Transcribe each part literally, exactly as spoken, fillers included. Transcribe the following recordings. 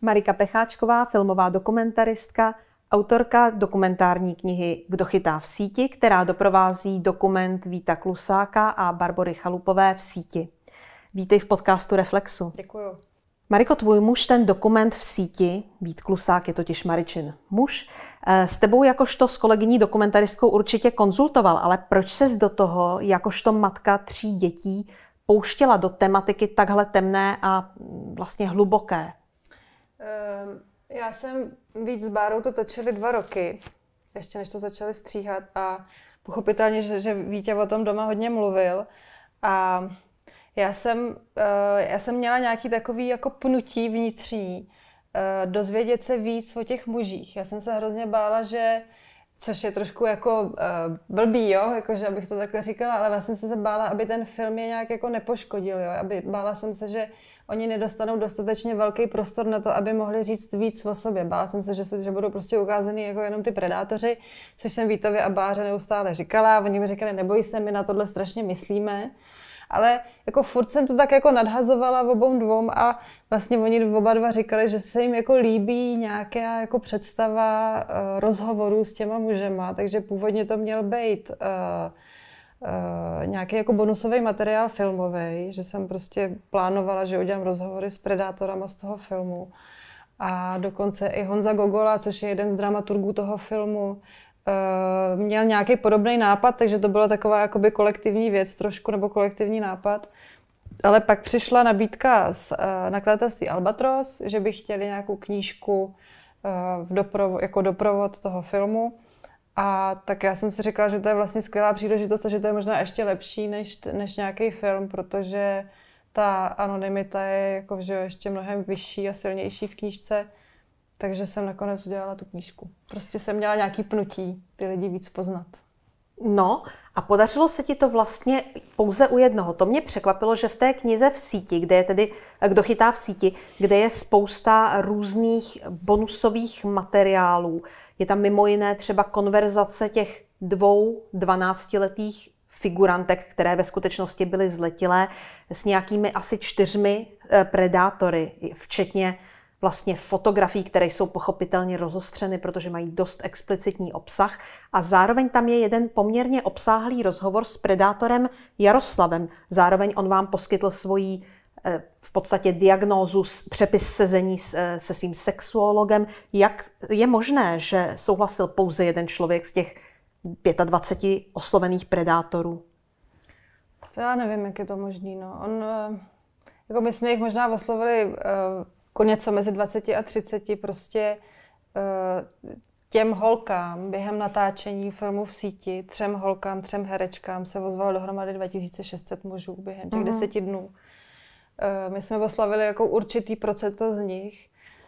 Marika Pecháčková, filmová dokumentaristka, autorka dokumentární knihy Kdo chytá v síti, která doprovází dokument Víta Klusáka a Barbory Chalupové V síti. Vítej v podcastu Reflexu. Děkuju. Mariko, tvůj muž ten dokument V síti, Vít Klusák je totiž Maričin muž, s tebou jakožto s kolegyní dokumentaristkou určitě konzultoval, ale proč ses do toho jakožto matka tří dětí pouštěla do tematiky takhle temné a vlastně hluboké? Já jsem Vít s Bárou to točili dva roky, ještě než to začali stříhat a pochopitelně, že, že Vítě o tom doma hodně mluvil a já jsem, já jsem měla nějaký takový jako pnutí vnitřní dozvědět se víc o těch mužích. Já jsem se hrozně bála, že, což je trošku jako blbý, jo, jakože abych to takhle říkala, ale vlastně jsem se bála, aby ten film je nějak jako nepoškodil, jo, aby bála jsem se, že oni nedostanou dostatečně velký prostor na to, aby mohli říct víc o sobě. Bála jsem se, že, se, že budou prostě ukázaný jako jenom ty predátoři, což jsem Vítovi a Báře neustále říkala. Oni mi říkali, neboj se, my na tohle strašně myslíme. Ale jako furt jsem to tak jako nadhazovala v obou dvou a vlastně oni oba dva říkali, že se jim jako líbí nějaká jako představa uh, rozhovorů s těma mužema, takže původně to měl být uh, uh, nějaký jako bonusový materiál filmový, že jsem prostě plánovala, že udělám rozhovory s predátorama z toho filmu. A dokonce i Honza Gogola, což je jeden z dramaturgů toho filmu, Uh, měl nějaký podobný nápad, takže to byla taková jakoby kolektivní věc trošku, nebo kolektivní nápad. Ale pak přišla nabídka z uh, nakladatelství Albatros, že by chtěli nějakou knížku uh, v doprovo- jako doprovod toho filmu. A tak já jsem si říkala, že to je vlastně skvělá příležitost a že to je možná ještě lepší než, než nějaký film, protože ta anonymita je jako, že ještě mnohem vyšší a silnější v knížce. Takže jsem nakonec udělala tu knížku. Prostě jsem měla nějaký pnutí ty lidi víc poznat. No a podařilo se ti to vlastně pouze u jednoho. To mě překvapilo, že v té knize V síti, kde je tedy Kdo chytá v síti, kde je spousta různých bonusových materiálů. Je tam mimo jiné třeba konverzace těch dvou dvanáctiletých figurantek, které ve skutečnosti byly zletilé, s nějakými asi čtyřmi predátory, včetně vlastně fotografií, které jsou pochopitelně rozostřeny, protože mají dost explicitní obsah. A zároveň tam je jeden poměrně obsáhlý rozhovor s predátorem Jaroslavem. Zároveň on vám poskytl svoji v podstatě diagnózu, přepis sezení se svým sexuologem. Jak je možné, že souhlasil pouze jeden člověk z těch dvaceti pěti oslovených predátorů? To já nevím, jak je to možný. No. On, jako my jsme jich možná oslovili jako něco mezi dvaceti a třiceti, prostě těm holkám během natáčení filmu V síti, třem holkám, třem herečkám se ozvalo dohromady dva tisíce šest set mužů během těch deseti dnů. My jsme oslavili jako určitý procento z nich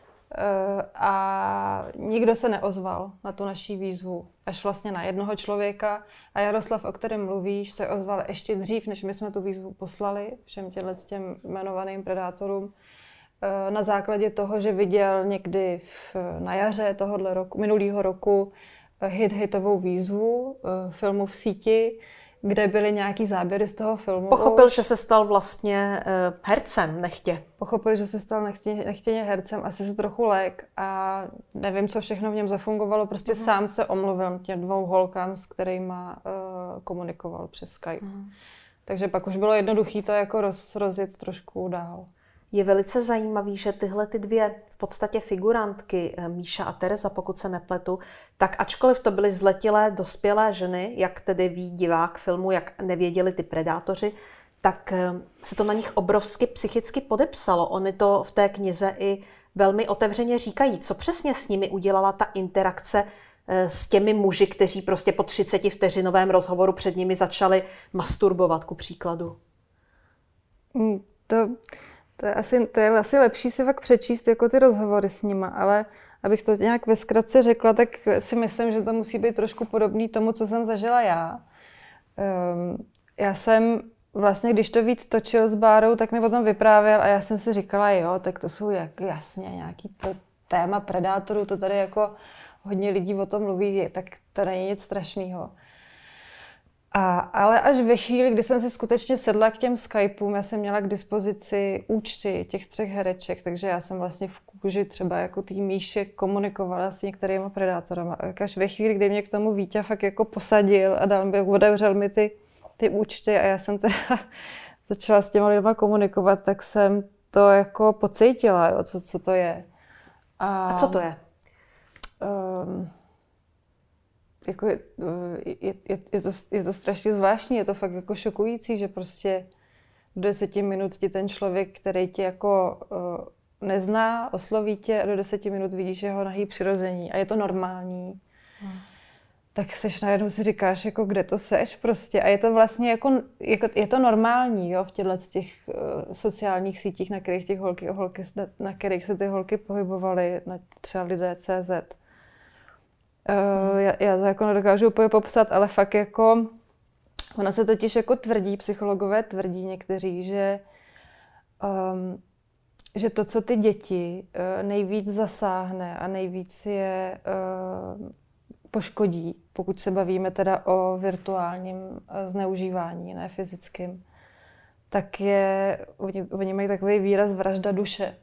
a nikdo se neozval na tu naší výzvu. Až vlastně na jednoho člověka a Jaroslav, o kterém mluvíš, se ozval ještě dřív, než my jsme tu výzvu poslali všem těm jmenovaným predátorům. Na základě toho, že viděl někdy v, na jaře tohohle roku, minulého roku hit hitovou výzvu filmu V síti, kde byly nějaký záběry z toho filmu. Pochopil, už. že se stal vlastně hercem nechtě. Pochopil, že se stal nechtěně, nechtěně hercem, asi se trochu lék a nevím, co všechno v něm zafungovalo. Prostě uh-huh. sám se omluvil těm dvou holkám, s kterými uh, komunikoval přes Skype. Uh-huh. Takže pak už bylo jednoduché to jako roz, rozjet trošku dál. Je velice zajímavý, že tyhle ty dvě v podstatě figurantky, Míša a Tereza, pokud se nepletu, tak ačkoliv to byly zletilé, dospělé ženy, jak tedy ví divák filmu, jak nevěděli ty predátoři, tak se to na nich obrovsky psychicky podepsalo. Oni to v té knize i velmi otevřeně říkají, co přesně s nimi udělala ta interakce s těmi muži, kteří prostě po třicetivteřinovém rozhovoru před nimi začali masturbovat, ku příkladu. Mm, to... To je, asi, to je asi lepší si fakt přečíst jako ty rozhovory s nima, ale abych to nějak ve zkratce řekla, tak si myslím, že to musí být trošku podobný tomu, co jsem zažila já. Um, já jsem vlastně, když to Vít točil s Bárou, tak mi potom vyprávěl a já jsem si říkala, jo, tak to jsou jak, jasně nějaký to téma predátorů, to tady jako hodně lidí o tom mluví, tak to není nic strašného. A, ale až ve chvíli, kdy jsem si skutečně sedla k těm Skypeům, já jsem měla k dispozici účty těch třech hereček, takže já jsem vlastně v kůži třeba jako tý Míše komunikovala s některýma predátorama. A až ve chvíli, kdy mě k tomu Vítě fakt jako posadil a dal mi, otevřel mi ty, ty účty a já jsem teda začala s těma lidma komunikovat, tak jsem to jako pocítila, jo, co, co to je. A, a co to je? Um, Jako je, je, je, je, to, je to strašně zvláštní, je to fakt jako šokující, že prostě do deseti minut ti ten člověk, který tě jako uh, nezná, osloví tě a do deseti minut vidíš jeho nahý přirození a je to normální. Hmm. Tak seš najednou si říkáš, jako kde to seš prostě a je to vlastně jako, jako je to normální, jo, v těchto těch uh, sociálních sítích, na kterých těch holky, holky, na kterých se ty holky pohybovaly, na třeba lidé tečka cé zet. Uh, já, já to jako nedokážu úplně popsat, ale fakt jako, ono se totiž jako tvrdí, psychologové tvrdí někteří, že, um, že to, co ty děti uh, nejvíc zasáhne a nejvíc je uh, poškodí, pokud se bavíme teda o virtuálním uh, zneužívání, ne fyzickém, tak je, oni, oni mají takový výraz vražda duše.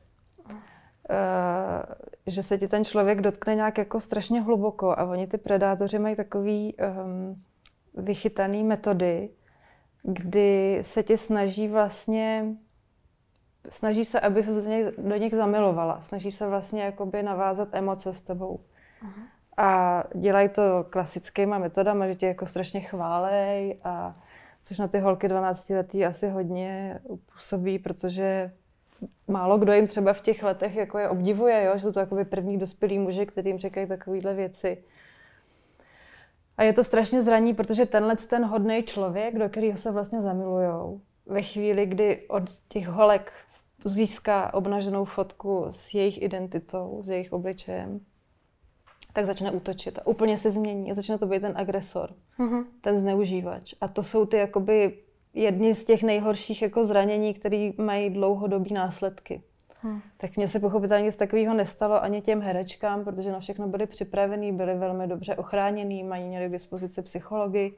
Uh, že se ti ten člověk dotkne nějak jako strašně hluboko a oni ty predátoři mají takový um, vychytaný metody, kdy se tě snaží vlastně, snaží se, aby se do nich, do nich zamilovala, snaží se vlastně jakoby navázat emoce s tebou. Uh-huh. A dělají to klasickýma metodama, že tě jako strašně chválej a což na ty holky dvanáctiletý asi hodně působí, protože málo kdo jim třeba v těch letech jako je obdivuje, jo? Že jsou to jakoby první dospělí muži, který jim říkají takovýhle věci. A je to strašně zraní, protože tenhle ten hodnej člověk, do kterého se vlastně zamilujou, ve chvíli, kdy od těch holek získá obnaženou fotku s jejich identitou, s jejich obličejem, tak začne útočit a úplně se změní a začne to být ten agresor, mm-hmm. ten zneužívač. A to jsou ty jakoby jedni z těch nejhorších jako zranění, které mají dlouhodobý následky. Hmm. Tak mně se pochopitelně nic takového nestalo ani těm herečkám, protože na všechno byli připravení, byli velmi dobře ochránění, mají měli k dispozici psychologi.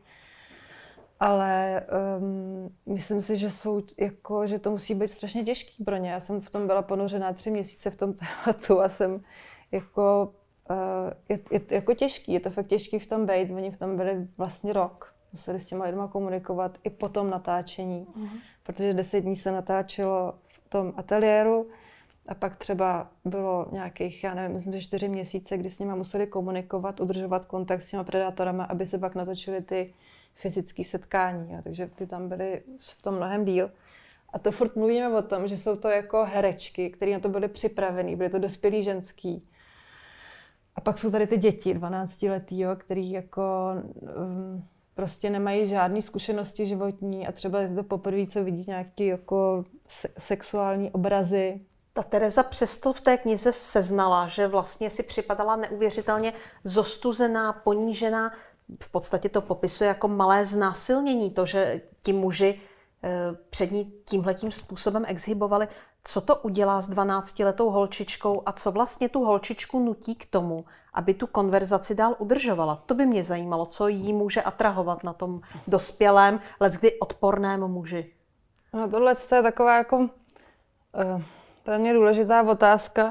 Ale um, myslím si, že, jsou, jako, že to musí být strašně těžký pro ně. Já jsem v tom byla ponořená tři měsíce v tom tématu a jsem jako, uh, je, je to jako těžký, je to fakt těžký v tom být. Oni v tom byli vlastně rok. Museli s těma lidma komunikovat i po tom natáčení, mm-hmm. protože deset dní se natáčelo v tom ateliéru a pak třeba bylo nějakých, já nevím, myslím, že čtyři měsíce, kdy s nima museli komunikovat, udržovat kontakt s těma predátorama, aby se pak natočily ty fyzické setkání. Jo. Takže ty tam byly v tom mnohem díl. A to furt mluvíme o tom, že jsou to jako herečky, které na to byly připravený, byly to dospělí ženský. A pak jsou tady ty děti, dvanáctiletý, jo, který jako um, prostě nemají žádné zkušenosti životní a třeba je to poprvé, co vidí nějaké jako se- sexuální obrazy. Ta Tereza přesto v té knize seznala, že vlastně si připadala neuvěřitelně zostuzená, ponížená. V podstatě to popisuje jako malé znásilnění, to, že ti muži před ní tímhletím způsobem exhibovali. Co to udělá s dvanáctiletou holčičkou a co vlastně tu holčičku nutí k tomu, aby tu konverzaci dál udržovala? To by mě zajímalo, co jí může atrahovat na tom dospělém, leckdy odporném muži. No tohle je taková jako uh, pro mě důležitá otázka.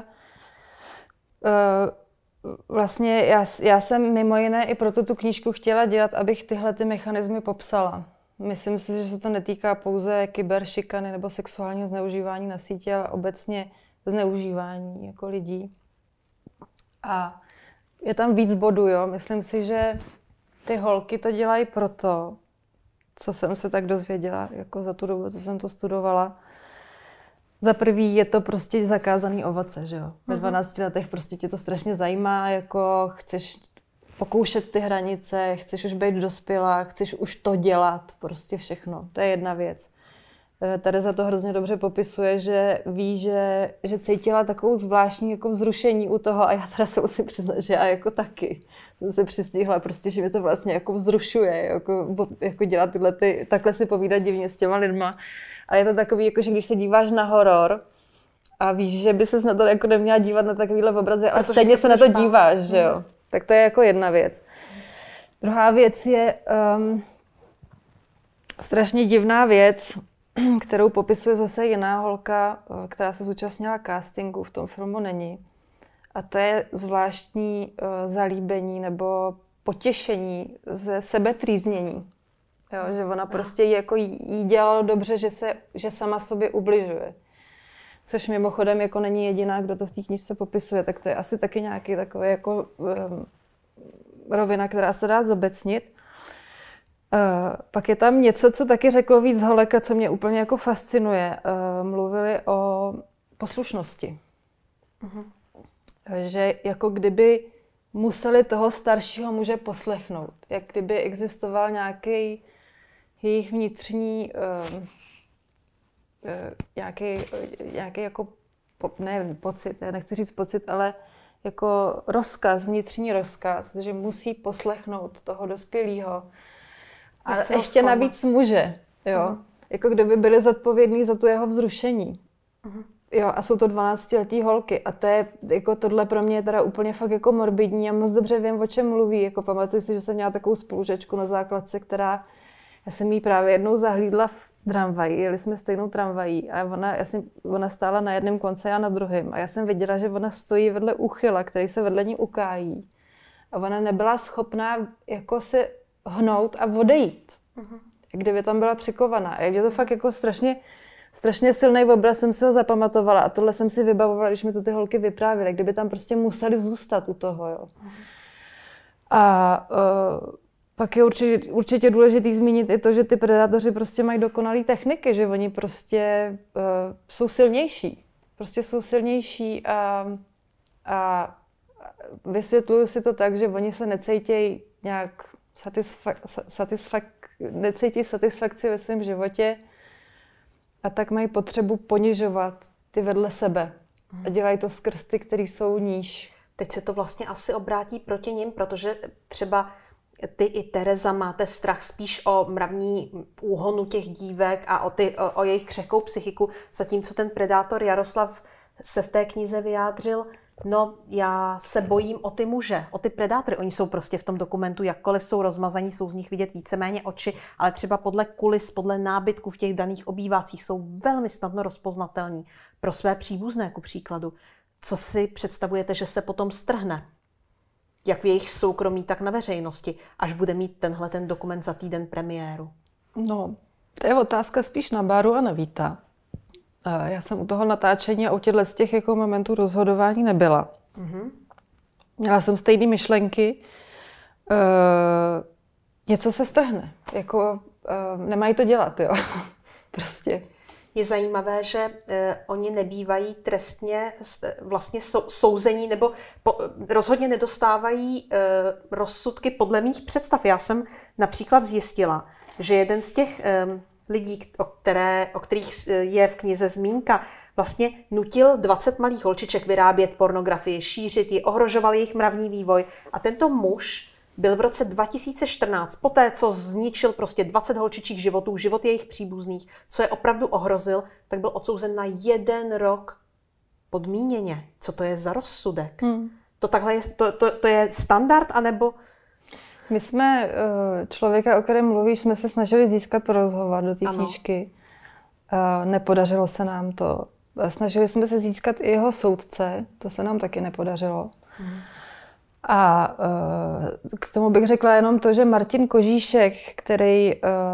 Uh, vlastně já, já jsem mimo jiné i proto tu knížku chtěla dělat, abych tyhle ty mechanismy popsala. Myslím si, že se to netýká pouze kyberšikany nebo sexuálního zneužívání na síti, ale obecně zneužívání jako lidí. A je tam víc bodů, jo. Myslím si, že ty holky to dělají proto, co jsem se tak dozvěděla, jako za tu dobu, co jsem to studovala. Za prvý je to prostě zakázaný ovoce, že jo. Ve dvanácti letech prostě tě to strašně zajímá, jako chceš pokoušet ty hranice, chceš už být dospělá, chceš už to dělat, prostě všechno. To je jedna věc. Tereza to hrozně dobře popisuje, že ví, že, že cítila takovou zvláštní jako vzrušení u toho a já teda se musím přiznat, že já jako taky. Jsem se přistihla prostě, že mě to vlastně jako vzrušuje, jako, jako dělat tyhle, ty, takhle si povídat divně s těma lidma. Ale je to takový, jako, že když se díváš na horor a víš, že by ses na to jako neměla dívat na takovýhle obrazy, ale stejně se na to díváš, že jo. Tak to je jako jedna věc. Druhá věc je, um, strašně divná věc, kterou popisuje zase jiná holka, která se zúčastnila castingu, v tom filmu není. A to je zvláštní uh, zalíbení nebo potěšení ze sebetrýznění. Jo, že ona prostě jí, jako jí dělalo dobře, že, se, že sama sobě ubližuje. Což mimochodem jako není jediná, kdo to v té knížce popisuje, tak to je asi taky nějaký takový jako um, rovina, která se dá zobecnit. Uh, pak je tam něco, co taky řeklo víc holek a co mě úplně jako fascinuje. Uh, mluvili o poslušnosti. Uh-huh. Že jako kdyby museli toho staršího muže poslechnout. Jak kdyby existoval nějaký jejich vnitřní uh, uh, nějaký, nějaký jako, po, ne pocit, já nechci říct pocit, ale jako rozkaz, vnitřní rozkaz, že musí poslechnout toho dospělého. A ještě navíc muže, jo. Uh-huh. Jako kdyby byli zodpovědní za tu jeho vzrušení. Uh-huh. Jo, a jsou to dvanáctiletý holky. A to je, jako tohle pro mě je teda úplně fakt jako morbidní a moc dobře vím, o čem mluví. Jako pamatuju si, že jsem měla takovou spolužečku na základce, která, já jsem jí právě jednou zahlídla v tramvaji, jeli jsme stejnou tramvají a ona, já jsem, ona stála na jednom konci a na druhém. A já jsem viděla, že ona stojí vedle úchyla, který se vedle ní ukájí. A ona nebyla schopná jako se hnout a odejít. Uh-huh. Kdyby tam byla přikovaná. A je to fakt jako strašně, strašně silný obraz, jsem si ho zapamatovala. A tohle jsem si vybavovala, když mi to ty holky vyprávěly. Kdyby tam prostě museli zůstat u toho. Jo. Uh-huh. A uh, pak je určitě, určitě důležitý zmínit i to, že ty predátoři prostě mají dokonalé techniky, že oni prostě uh, jsou silnější. Prostě jsou silnější a, a vysvětluju si to tak, že oni se necítějí nějak satisfak, satisfak, necítí satisfakci ve svém životě a tak mají potřebu ponižovat ty vedle sebe. A dělají to skrz ty, který jsou níž. Teď se to vlastně asi obrátí proti nim, protože třeba ty i Tereza máte strach spíš o mravní úhonu těch dívek a o, ty, o, o jejich křehkou psychiku, zatímco ten predátor Jaroslav se v té knize vyjádřil, no já se bojím o ty muže, o ty predátory. Oni jsou prostě v tom dokumentu, jakkoliv jsou rozmazaní, jsou z nich vidět víceméně oči, ale třeba podle kulis, podle nábytku v těch daných obývácích jsou velmi snadno rozpoznatelní pro své příbuzné, ku příkladu. Co si představujete, že se potom strhne? Jak v jejich soukromí, tak na veřejnosti, až bude mít tenhle ten dokument za týden premiéru? No, to je otázka spíš na Báru a na Víta. Já jsem u toho natáčení a u těchto z těch jako momentů rozhodování nebyla. Mm-hmm. Měla jsem stejné myšlenky. E, něco se strhne. Jako, e, nemají to dělat, jo. Prostě. Je zajímavé, že e, oni nebývají trestně vlastně sou, souzení nebo po, rozhodně nedostávají e, rozsudky podle mých představ. Já jsem například zjistila, že jeden z těch e, lidí, o, které, o kterých je v knize zmínka, vlastně nutil dvacet malých holčiček vyrábět pornografii, šířit ji, ohrožoval jejich mravní vývoj. A tento muž byl v roce dva tisíce čtrnáct, poté co zničil prostě dvacet holčičích životů, život jejich příbuzných, co je opravdu ohrozil, tak byl odsouzen na jeden rok podmíněně. Co to je za rozsudek? Hmm. To takhle je, to, to, to je standard, anebo... My jsme člověka, o kterém mluvíš, jsme se snažili získat pro rozhovor do té knížky. Nepodařilo se nám to. Snažili jsme se získat i jeho soudce, to se nám taky nepodařilo. Hmm. A k tomu bych řekla jenom to, že Martin Kožíšek, který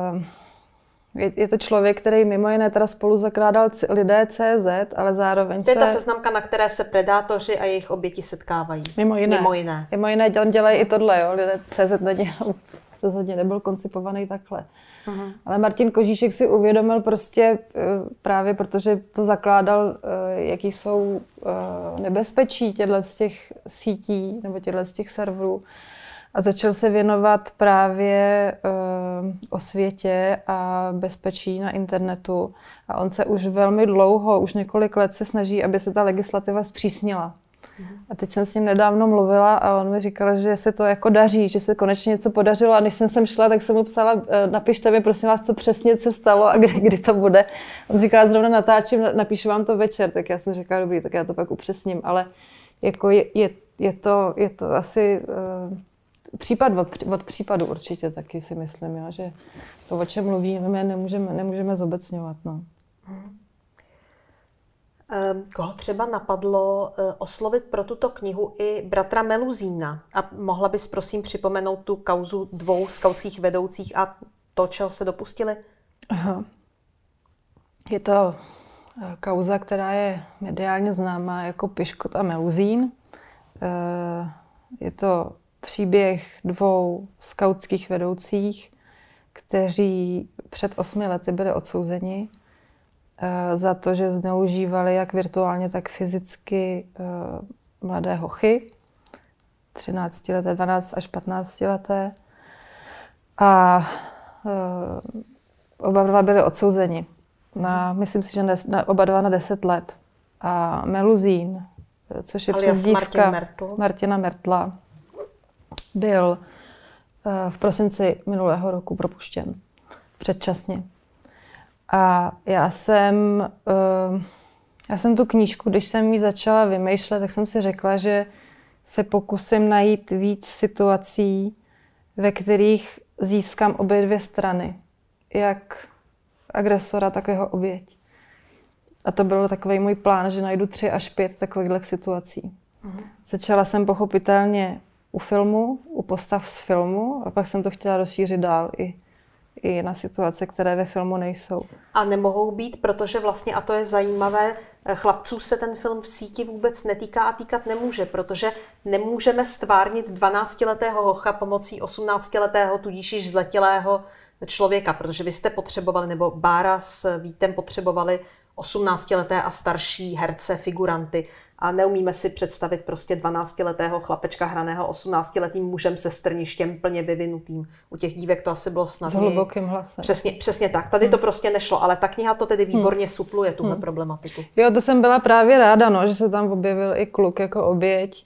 je, je to člověk, který mimo jiné teda spolu zakládal lidé tečka cé zet, ale zároveň to je se... ta seznamka, na které se predátoři a jejich oběti setkávají. Mimo jiné. Mimo jiné, mimo jiné dělají i tohle, jo. lidé tečka cé zet není, rozhodně nebyl koncipovaný takhle. Uh-huh. Ale Martin Kožíšek si uvědomil prostě právě, protože to zakládal, jaký jsou nebezpečí těchto z těch sítí nebo těchto z těch serverů. A začal se věnovat právě uh, osvětě a bezpečí na internetu. A on se už velmi dlouho, už několik let se snaží, aby se ta legislativa zpřísnila. Mm. A teď jsem s ním nedávno mluvila a on mi říkal, že se to jako daří, že se konečně něco podařilo. A než jsem sem šla, tak jsem mu psala, napište mi prosím vás, co přesně se stalo a kdy, kdy to bude. On říkal, zrovna natáčím, napíšu vám to večer. Tak já jsem říkala, dobrý, tak já to pak upřesním. Ale jako je, je, je, to, je to asi... Uh, případ od, od případu určitě taky si myslím, jo, že to, o čem mluvíme, nemůžeme, nemůžeme zobecňovat. No. Hmm. Koho třeba napadlo oslovit pro tuto knihu i bratra Meluzína? A mohla bys prosím připomenout tu kauzu dvou skautských vedoucích a to, čeho se dopustili? Aha. Je to kauza, která je mediálně známá jako Piškot a Meluzín. Je to příběh dvou skautských vedoucích, kteří před osmi lety byli odsouzeni za to, že zneužívali jak virtuálně, tak fyzicky mladé hochy, třináctileté, dvanáct až patnáctileté. A oba dva byli odsouzeni. Na, myslím si, že ne, na, oba dva na deset let. A Meluzín, což je přezdívka Martin Martina Mertla, byl v prosinci minulého roku propuštěn předčasně. A já jsem, já jsem tu knížku, když jsem ji začala vymýšlet, tak jsem si řekla, že se pokusím najít víc situací, ve kterých získám obě dvě strany. Jak agresora, tak jeho oběť. A to byl takový můj plán, že najdu tři až pět takových situací. Mhm. Začala jsem pochopitelně u filmu, u postav z filmu a pak jsem to chtěla rozšířit dál i, i na situace, které ve filmu nejsou. A nemohou být, protože vlastně, a to je zajímavé, chlapců se ten film v síti vůbec netýká a týkat nemůže, protože nemůžeme stvárnit dvanáctiletého hocha pomocí osmnáctiletého, tudíž již zletilého člověka, protože vy jste potřebovali, nebo Bára s Vítem potřebovali osmnáctileté a starší herce, figuranty. A neumíme si představit prostě dvanáctiletého chlapečka hraného osmnáctiletým mužem se strništěm plně vyvinutým. U těch dívek to asi bylo snadněji. S hlubokým hlasem. Přesně, přesně tak. Tady hmm. to prostě nešlo, ale ta kniha to tedy výborně hmm. supluje, tuhle hmm. problematiku. Jo, to jsem byla právě ráda, no, že se tam objevil i kluk jako oběť.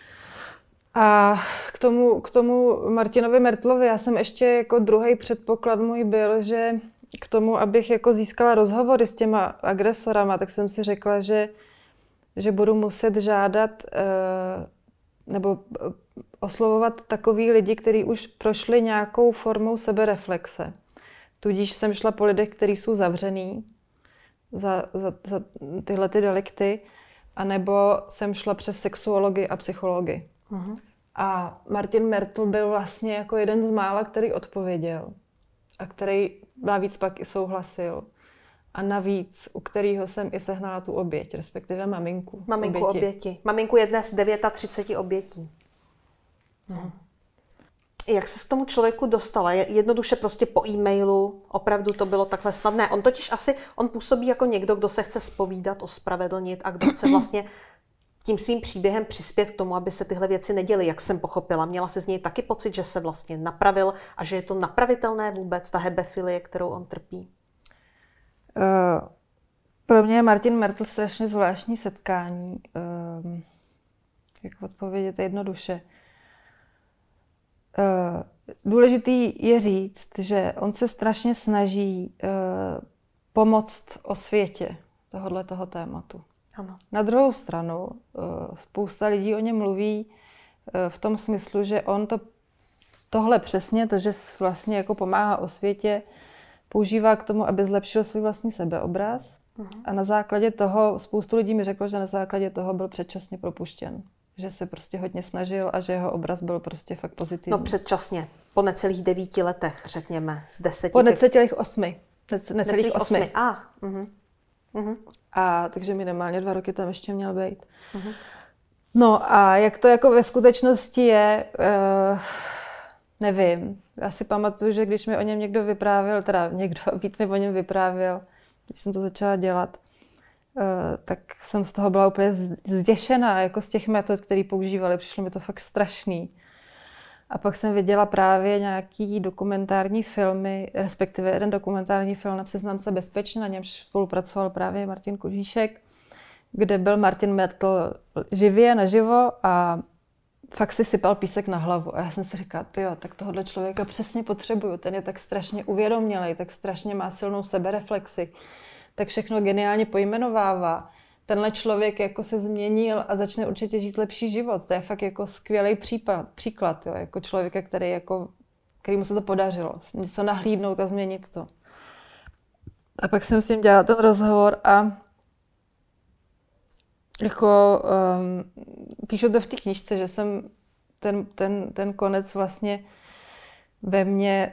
A k tomu, k tomu Martinovi Mertlovi, já jsem ještě jako druhý předpoklad můj byl, že k tomu, abych jako získala rozhovory s těma agresorama, tak jsem si řekla, že, že budu muset žádat nebo oslovovat takový lidi, kteří už prošli nějakou formou sebereflexe. Tudíž jsem šla po lidech, kteří jsou zavřený za, za, za tyhle ty delikty, anebo jsem šla přes sexuologii a psychologii. Uh-huh. A Martin Mertl byl vlastně jako jeden z mála, který odpověděl a který navíc pak i souhlasil. A navíc, u kterého jsem i sehnala tu oběť, respektive maminku. Maminku oběti. oběti. Maminku jedné z třiceti devěti obětí. No. Jak se k tomu člověku dostala? Jednoduše prostě po e-mailu, opravdu to bylo takhle snadné. On totiž asi, on působí jako někdo, kdo se chce zpovídat, ospravedlnit a kdo chce vlastně tím svým příběhem přispět k tomu, aby se tyhle věci neděly, jak jsem pochopila. Měla se z něj taky pocit, že se vlastně napravil a že je to napravitelné vůbec, ta hebefilie, kterou on trpí? Uh, pro mě je Martin Mertl strašně zvláštní setkání. Uh, jak odpovědět jednoduše. Uh, důležitý je říct, že on se strašně snaží uh, pomoct osvětě tohohle toho tématu. Ano. Na druhou stranu, spousta lidí o něm mluví v tom smyslu, že on to, tohle přesně, to, že vlastně jako pomáhá osvětě, používá k tomu, aby zlepšil svůj vlastní sebeobraz. Uh-huh. A na základě toho, spoustu lidí mi řeklo, že na základě toho byl předčasně propuštěn. Že se prostě hodně snažil a že jeho obraz byl prostě fakt pozitivní. No předčasně, po necelých devíti letech, řekněme, z deseti. Po necelých osmi. Nec, necelých osmi. osmi. Ah, uh-huh. Uh-huh. A takže minimálně dva roky tam ještě měl být. Uh-huh. No a jak to jako ve skutečnosti je, uh, nevím. Já si pamatuju, že když mi o něm někdo vyprávěl, teda někdo, Vít mi o něm vyprávěl, když jsem to začala dělat, uh, tak jsem z toho byla úplně zděšená, jako z těch metod, které používali. Přišlo mi to fakt strašný. A pak jsem viděla právě nějaký dokumentární filmy, respektive jeden dokumentární film na Seznamce bezpečně, na němž spolupracoval právě Martin Kožíšek, kde byl Martin Mertl živě, naživo a fakt si sypal písek na hlavu. A já jsem si říkala, tyjo, tak tohohle člověka přesně potřebuju, ten je tak strašně uvědomělej, tak strašně má silnou sebereflexi, tak všechno geniálně pojmenovává, tenhle člověk jako se změnil a začne určitě žít lepší život. To je fakt jako skvělý případ, příklad, jo, jako člověka, který jako, kterýmu se to podařilo, něco nahlídnout a změnit to. A pak jsem s ním dělala ten rozhovor a jako um, píšu to v té knížce, že jsem ten, ten, ten konec vlastně ve mně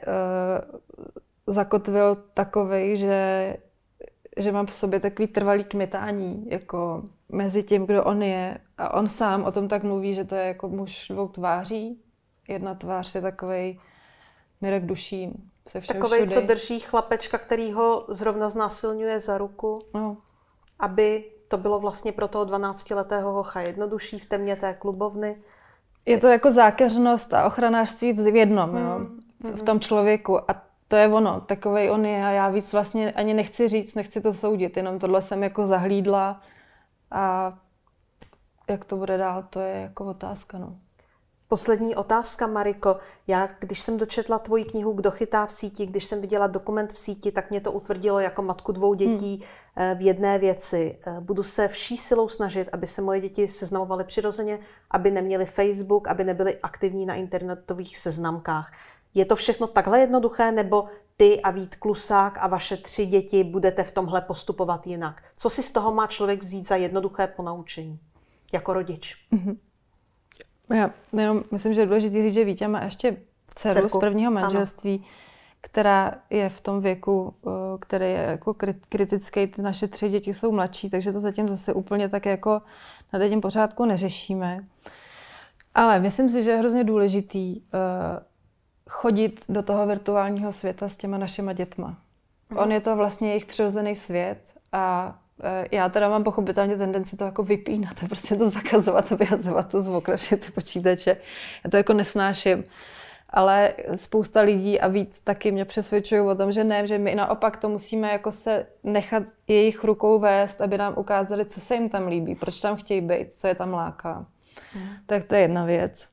uh, zakotvil takovej, že, že mám v sobě takový trvalý kmitání jako mezi tím, kdo on je. A on sám o tom tak mluví, že to je jako muž dvou tváří. Jedna tvář je takovej Mirek Dušín. Takovej, co drží chlapečka, který ho zrovna znásilňuje za ruku, no. Aby to bylo vlastně pro toho dvanáctiletého hocha jednodušší v temně té klubovny. Je to jako zákeřnost a ochranářství v jednom, mm. jo, v tom člověku. A to je ono, takovej on je a já víc vlastně ani nechci říct, nechci to soudit, jenom tohle jsem jako zahlídla a jak to bude dál, to je jako otázka, no. Poslední otázka, Mariko. Já, když jsem dočetla tvoji knihu Kdo chytá v síti, když jsem viděla dokument v síti, tak mě to utvrdilo jako matku dvou dětí hmm. v jedné věci. Budu se vší silou snažit, aby se moje děti seznamovaly přirozeně, aby neměly Facebook, aby nebyly aktivní na internetových seznamkách. Je to všechno takhle jednoduché, nebo ty a Vít Klusák a vaše tři děti budete v tomhle postupovat jinak? Co si z toho má člověk vzít za jednoduché ponaučení jako rodič? Hmm. Já jenom myslím, že je důležité říct, že Vítě má ještě dceru Cerku. z prvního manželství, ano. která je v tom věku, který je jako kritický. Ty naše tři děti jsou mladší, takže to zatím zase úplně tak jako na denním pořádku neřešíme. Ale myslím si, že je hrozně důležitý uh, chodit do toho virtuálního světa s těma našima dětma. Mhm. On je to vlastně jejich přirozený svět a já teda mám pochopitelně tendenci to jako vypínat a prostě to zakazovat a vyhazovat to z okna, ty počítače. Já to jako nesnáším. Ale spousta lidí a víc taky mě přesvědčují o tom, že ne, že my naopak to musíme jako se nechat jejich rukou vést, aby nám ukázali, co se jim tam líbí, proč tam chtějí být, co je tam láká. Hmm. Tak to je jedna věc.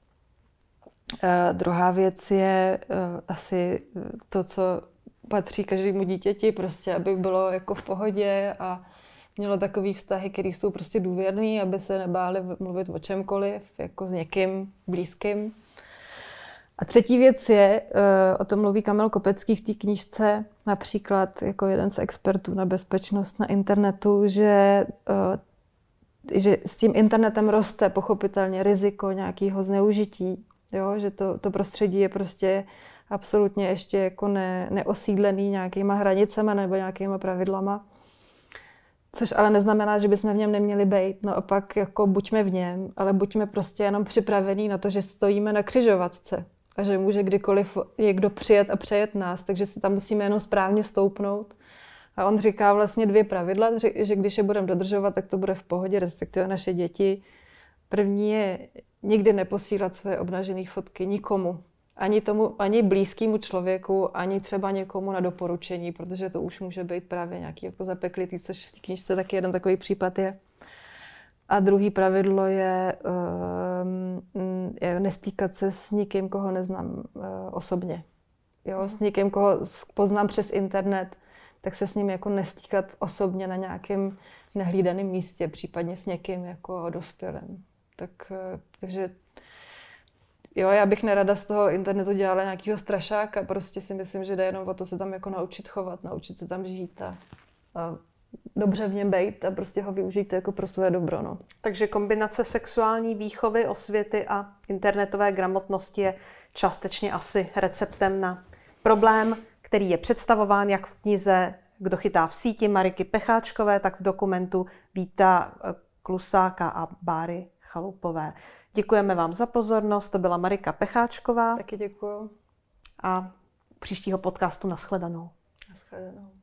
Uh, druhá věc je uh, asi to, co patří každému dítěti, prostě aby bylo jako v pohodě a mělo takový vztahy, které jsou prostě důvěrný, aby se nebáli mluvit o čemkoliv, jako s někým blízkým. A třetí věc je, o tom mluví Kamil Kopecký v té knížce, například jako jeden z expertů na bezpečnost na internetu, že, že s tím internetem roste pochopitelně riziko nějakého zneužití, jo? Že to, to prostředí je prostě absolutně ještě jako ne, neosídlený nějakýma hranicema nebo nějakýma pravidlama. Což ale neznamená, že bychom v něm neměli být. Naopak jako buďme v něm, ale buďme prostě jenom připravení na to, že stojíme na křižovatce a že může kdykoliv někdo přijet a přejet nás, takže se tam musíme jenom správně stoupnout. A on říká vlastně dvě pravidla, že když je budeme dodržovat, tak to bude v pohodě, respektive naše děti. První je nikdy neposílat své obnažené fotky nikomu. Ani tomu, ani blízkému člověku, ani třeba někomu na doporučení, protože to už může být právě nějaký jako zapeklitý, což v té knížce taky jeden takový případ je. A druhý pravidlo je, um, je nestýkat se s nikým, koho neznám uh, osobně. Jo, s někým, koho poznám přes internet, tak se s ním jako nestýkat osobně na nějakém nehlídaném místě, případně s někým jako dospělým. Tak, uh, takže jo, já bych nerada z toho internetu dělala nějakýho strašáka, prostě si myslím, že jde jenom o to se tam jako naučit chovat, naučit se tam žít a, a dobře v něm bejt a prostě ho využít jako pro své dobro. No. Takže kombinace sexuální výchovy, osvěty a internetové gramotnosti je částečně asi receptem na problém, který je představován jak v knize Kdo chytá v síti Mariky Pecháčkové, tak v dokumentu Víta Klusáka a Báry Chalupové. Děkujeme vám za pozornost, to byla Marika Pecháčková. Taky děkuju. A příštího podcastu nashledanou. Nashledanou.